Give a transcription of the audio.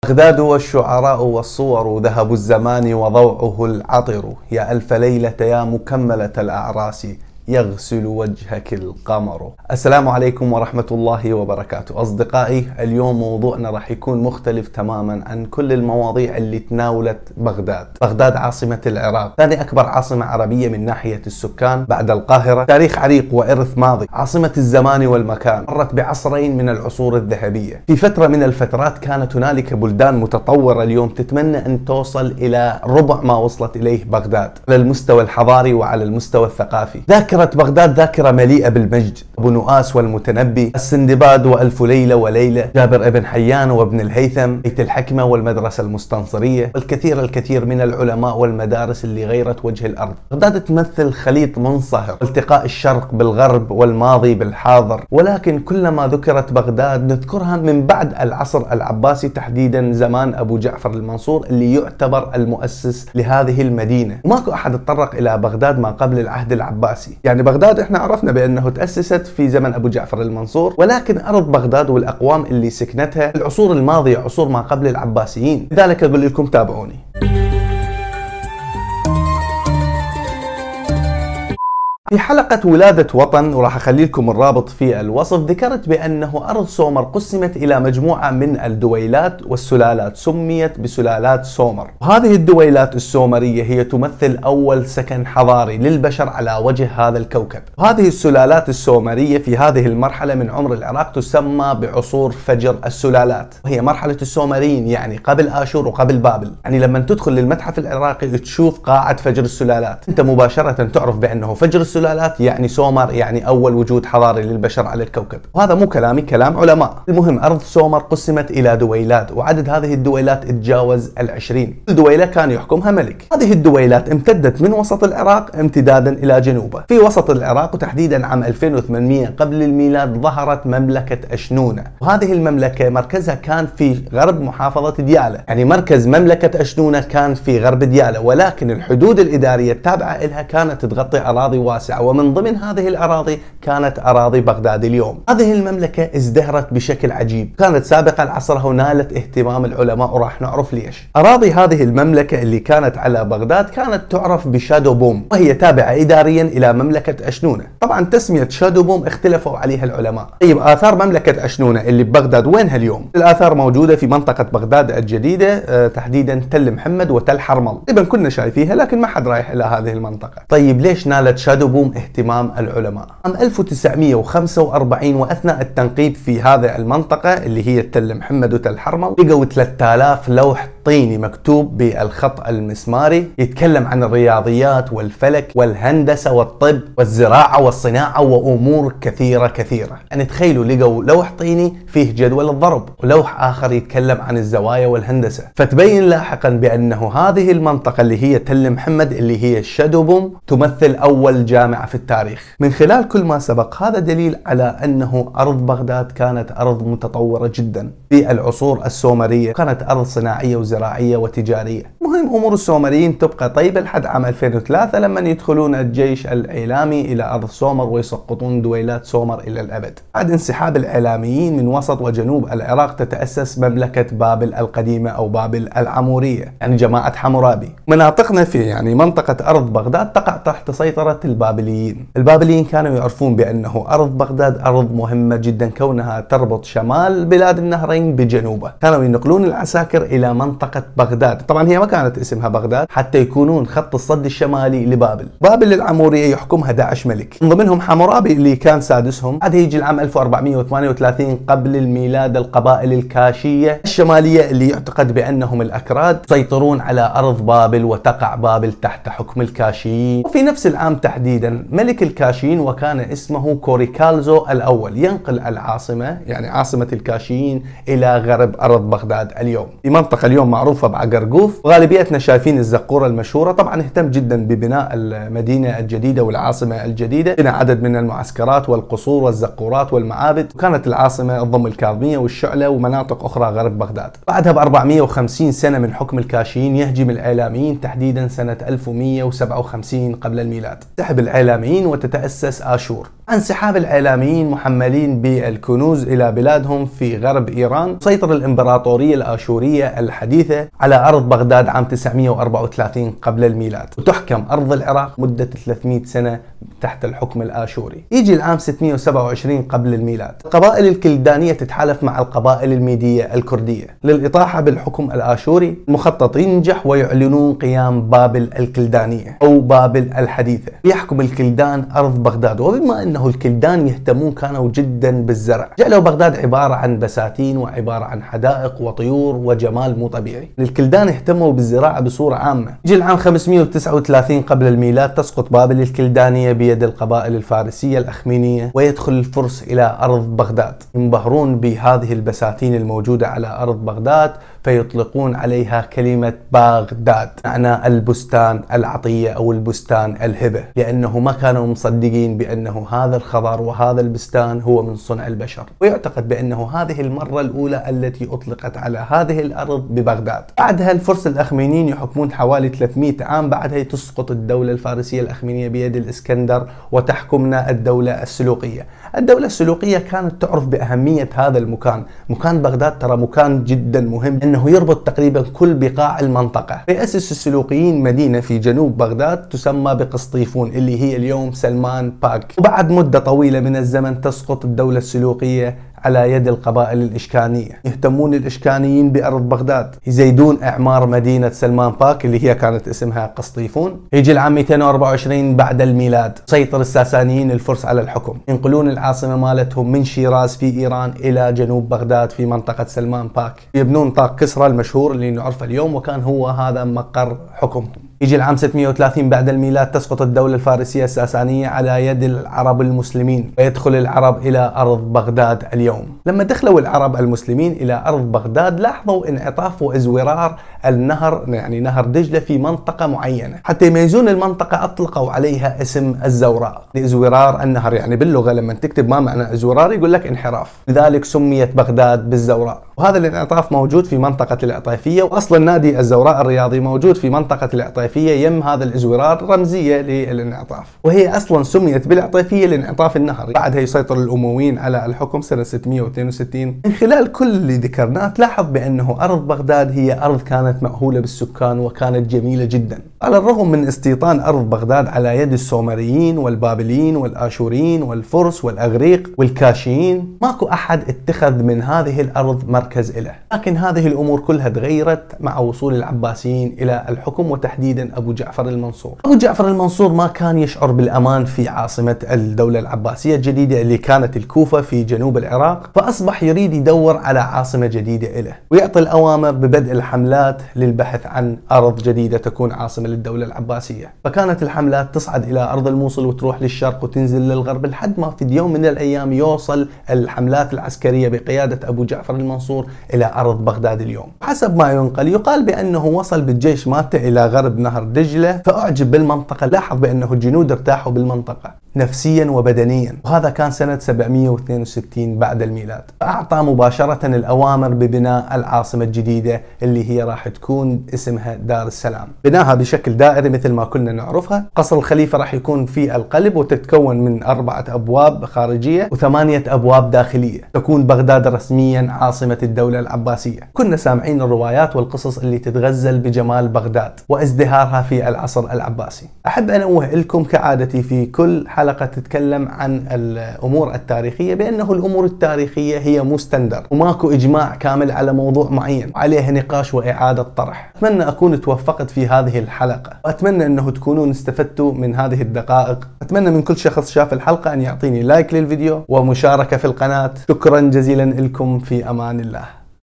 بغداد والشعراء والصور ذهب الزمان وضوعه العطر، يا ألف ليلة يا مكملة الأعراس يغسل وجهك القمر. السلام عليكم ورحمة الله وبركاته. أصدقائي، اليوم موضوعنا راح يكون مختلف تماما عن كل المواضيع اللي تناولت بغداد. بغداد عاصمة العراق، ثاني أكبر عاصمة عربية من ناحية السكان بعد القاهرة، تاريخ عريق وإرث ماضي، عاصمة الزمان والمكان، مرت بعصرين من العصور الذهبية. في فترة من الفترات كانت هنالك بلدان متطورة اليوم تتمنى أن توصل إلى ربع ما وصلت إليه بغداد على المستوى الحضاري وعلى المستوى الثقافي. ذاكرة بغداد ذاكرة مليئة بالمجد، أبو نؤاس والمتنبي، السندباد وألف ليلة وليلة، جابر ابن حيان وابن الهيثم، بيت الحكمة والمدرسة المستنصرية، والكثير من العلماء والمدارس اللي غيرت وجه الأرض. بغداد تمثل خليط منصهر، التقاء الشرق بالغرب والماضي بالحاضر، ولكن كلما ذكرت بغداد نذكرها من بعد العصر العباسي، تحديدا زمان أبو جعفر المنصور اللي يعتبر المؤسس لهذه المدينة. وماكو أحد تطرق إلى بغداد ما قبل العهد العباسي. يعني بغداد احنا عرفنا بأنه تأسست في زمن أبو جعفر المنصور، ولكن أرض بغداد والأقوام اللي سكنتها العصور الماضية، عصور ما قبل العباسيين. لذلك أقول لكم تابعوني. في حلقة ولادة وطن، وراح أخلي لكم الرابط في الوصف، ذكرت بأنه أرض سومر قسمت إلى مجموعة من الدويلات والسلالات، سميت بسلالات سومر. وهذه الدويلات السومرية هي تمثل أول سكن حضاري للبشر على وجه هذا الكوكب. وهذه السلالات السومرية في هذه المرحلة من عمر العراق تسمى بعصور فجر السلالات، وهي مرحلة السومريين، يعني قبل آشور وقبل بابل. يعني لما تدخل للمتحف العراقي تشوف قاعة فجر السلالات، أنت مباشرة تعرف بأنه فجر السلالات يعني سومر، يعني أول وجود حضاري للبشر على الكوكب. وهذا مو كلامي، كلام علماء. المهم، أرض سومر قسمت إلى دويلات، وعدد هذه الدويلات تجاوز 20. كل دويلة كان يحكمها ملك. هذه الدويلات امتدت من وسط العراق امتدادا إلى جنوبه. في وسط العراق وتحديدا عام 2800 قبل الميلاد ظهرت مملكة أشنونة، وهذه المملكة مركزها كان في غرب محافظة ديالى. يعني مركز مملكة أشنونة كان في غرب ديالى، ولكن الحدود الإدارية التابعة لها كانت تغطي أراضي واسعة، ومن ضمن هذه الأراضي كانت أراضي بغداد اليوم. هذه المملكة ازدهرت بشكل عجيب، كانت سابقا عصرها ونالت اهتمام العلماء، وراح نعرف ليش. أراضي هذه المملكة اللي كانت على بغداد كانت تعرف بشادو بوم، وهي تابعة إداريا إلى مملكة أشنونة. طبعا تسمية شادو بوم اختلفوا عليها العلماء. طيب، آثار مملكة أشنونة اللي ببغداد وينها اليوم؟ الآثار موجودة في منطقة بغداد الجديدة، تحديدا تل محمد وتل حرمل. طبعا كنا شايفيها، لكن ما حد رايح إلى هذه المنطقة. طيب، ليش نالت شادو بوم اهتمام العلماء؟ عام 1945 واثناء التنقيب في هذه المنطقه اللي هي تل محمد وتل حرمل، لقوا 3000 لوح طيني مكتوب بالخط المسماري يتكلم عن الرياضيات والفلك والهندسه والطب والزراعه والصناعه وامور كثيره. يعني تخيلوا، لقوا لوح طيني فيه جدول الضرب، ولوح اخر يتكلم عن الزوايا والهندسه. فتبين لاحقا بانه هذه المنطقه اللي هي تل محمد اللي هي الشادوبوم تمثل اول جامعة في التاريخ. من خلال كل ما سبق، هذا دليل على أنه أرض بغداد كانت أرض متطورة جدا في العصور السومرية، كانت أرض صناعية وزراعية وتجارية. مهم، أمور السومريين تبقى طيبة لحد عام 2003 لما يدخلون الجيش الإعلامي إلى أرض سومر ويسقطون دويلات سومر إلى الأبد. بعد انسحاب الإعلاميين من وسط وجنوب العراق تتأسس مملكة بابل القديمة أو بابل العمورية، يعني جماعة حمورابي. مناطقنا في يعني منطقة أرض بغداد تقع تحت سيطرة البابليين كانوا يعرفون بأنه أرض بغداد أرض مهمة جدا، كونها تربط شمال بلاد النهرين بجنوبه. كانوا ينقلون العساكر إلى منطقة بغداد، طبعا هي ما كانت اسمها بغداد، حتى يكونون خط الصد الشمالي لبابل. بابل العمورية يحكمها 11 ملك، من ضمنهم حمورابي اللي كان سادسهم. بعد يجي العام 1438 قبل الميلاد القبائل الكاشية الشمالية اللي يعتقد بأنهم الأكراد يسيطرون على أرض بابل، وتقع بابل تحت حكم الكاشيين. وفي نفس العام تحديدا ملك الكاشيين وكان اسمه كوريكالزو الأول ينقل العاصمة، يعني عاصمة الكاشيين، إلى غرب أرض بغداد اليوم، في منطقة اليوم معروفة بعقرقوف. وغالبيتنا شايفين الزقورة المشهورة. طبعا اهتم جدا ببناء المدينة الجديدة والعاصمة الجديدة، بناء عدد من المعسكرات والقصور والزقورات والمعابد. وكانت العاصمة تضم الكاظمية والشعلة ومناطق أخرى غرب بغداد. بعدها ب 450 سنة من حكم الكاشيين يهجم الإعلاميين تحديدا سنة 1157 قبل الميلاد. تحب الإعلاميين وتتأسس آشور. انسحاب الإعلاميين محملين بالكنوز إلى بلادهم في غرب إيران، سيطر الإمبراطورية الآشورية الحديثة على أرض بغداد عام 934 قبل الميلاد، وتحكم أرض العراق مدة 300 سنة تحت الحكم الآشوري. يجي العام 627 قبل الميلاد، القبائل الكلدانية تتحالف مع القبائل الميدية الكردية للإطاحة بالحكم الآشوري. المخطط ينجح ويعلنون قيام بابل الكلدانية أو بابل الحديثة. يحكم الكلدان أرض بغداد، وبما أنه الكلدان يهتمون كانوا جدا بالزرع، جعلوا بغداد عبارة عن بساتين وعبارة عن حدائق وطيور وجمال مو طبيعي. الكلدان اهتموا بالزراعة بصورة عامة. يجي العام 539 قبل الميلاد، تسقط بابل الكلدانية بيد القبائل الفارسية الأخمينية، ويدخل الفرس إلى أرض بغداد. ينبهرون بهذه البساتين الموجودة على أرض بغداد، فيطلقون عليها كلمة باغداد، معنى البستان العطية أو البستان الهبة، لأنه ما كانوا مصدقين بأنه هذا الخضار وهذا البستان هو من صنع البشر. ويعتقد بأنه هذه المرة الأولى التي أطلقت على هذه الأرض ببغداد. بعدها الفرس الأخمينيين يحكمون حوالي 300 عام، بعدها تسقط الدولة الفارسية الأخمينية بيد الإسكندر، وتحكمنا الدولة السلوقية. الدولة السلوقية كانت تعرف بأهمية هذا المكان. مكان بغداد ترى مكان جدا مهم، انه يربط تقريبا كل بقاع المنطقة. فيأسس السلوقيين مدينة في جنوب بغداد تسمى بقسطيفون، اللي هي اليوم سلمان باك. وبعد مدة طويلة من الزمن تسقط الدولة السلوقية على يد القبائل الإشكانية. يهتمون الإشكانيين بأرض بغداد، يزيدون إعمار مدينة سلمان باك اللي هي كانت اسمها قسطيفون. يجي العام 224 بعد الميلاد، سيطر الساسانيين الفرس على الحكم، ينقلون العاصمة مالتهم من شيراز في إيران إلى جنوب بغداد في منطقة سلمان باك. يبنون طاق كسرى المشهور اللي نعرفه اليوم، وكان هو هذا مقر حكمهم. يجي العام 630 بعد الميلاد، تسقط الدولة الفارسية الساسانية على يد العرب المسلمين، ويدخل العرب إلى أرض بغداد اليوم. لما دخلوا العرب المسلمين إلى أرض بغداد، لاحظوا انعطاف وازورار النهر، يعني نهر دجلة، في منطقة معينة. حتى يميزون المنطقة أطلقوا عليها اسم الزوراء، لازورار النهر. يعني باللغة لما تكتب ما معنى ازورار يقول لك انحراف، لذلك سميت بغداد بالزوراء. وهذا الانعطاف موجود في منطقة العطيفية، وأصلا نادي الزوراء الرياضي موجود في منطقة العطيفية يم هذا الازورار، رمزية للانعطاف. وهي أصلا سميت بالعطيفية لانعطاف النهر. بعدها يسيطر الأمويين على الحكم سنة 662. من خلال كل اللي ذكرناه تلاحظ بأنه أرض بغداد هي أرض كانت مأهولة بالسكان وكانت جميلة جدا. على الرغم من استيطان أرض بغداد على يد السومريين والبابليين والآشوريين والفرس والأغريق والكاشيين، ماكو أحد اتخذ من هذه الأرض مركز إله. لكن هذه الأمور كلها تغيرت مع وصول العباسيين إلى الحكم، وتحديدا أبو جعفر المنصور. أبو جعفر المنصور ما كان يشعر بالأمان في عاصمة الدولة العباسية الجديدة اللي كانت الكوفة في جنوب العراق، فأصبح يريد يدور على عاصمة جديدة له، ويعطي الأوامر ببدء الحملات للبحث عن أرض جديدة تكون عاصمة للدولة العباسية. فكانت الحملات تصعد إلى أرض الموصل وتروح للشرق وتنزل للغرب، لحد ما في يوم من الأيام يوصل الحملات العسكرية بقيادة أبو جعفر المنصور إلى أرض بغداد اليوم. حسب ما ينقل، يقال بأنه وصل بالجيش مالته إلى غرب نهر دجلة، فأعجب بالمنطقة. لاحظ بأنه الجنود ارتاحوا بالمنطقة نفسيا وبدنيا، وهذا كان سنة 762 بعد الميلاد. فأعطى مباشرة الأوامر ببناء العاصمة الجديدة اللي هي راح تكون اسمها دار السلام. بناها بشكل دائري مثل ما كنا نعرفها. قصر الخليفة راح يكون في القلب، وتتكون من 4 أبواب خارجية و8 أبواب داخلية. تكون بغداد رسميا عاصمة الدولة العباسية. كنا سامعين الروايات والقصص اللي تتغزل بجمال بغداد وازدهارها في العصر العباسي. أحب أنوه لكم كعادتي في كل حلقة تتكلم عن الأمور التاريخية بأنه الأمور التاريخية هي مستندر، وماكو إجماع كامل على موضوع معين، وعليه نقاش وإعادة طرح. أتمنى أكون توفقت في هذه الحلقة، وأتمنى أنه تكونون استفدتوا من هذه الدقائق. أتمنى من كل شخص شاف الحلقة أن يعطيني لايك للفيديو ومشاركة في القناة. شكرا جزيلا لكم، في أمان الله.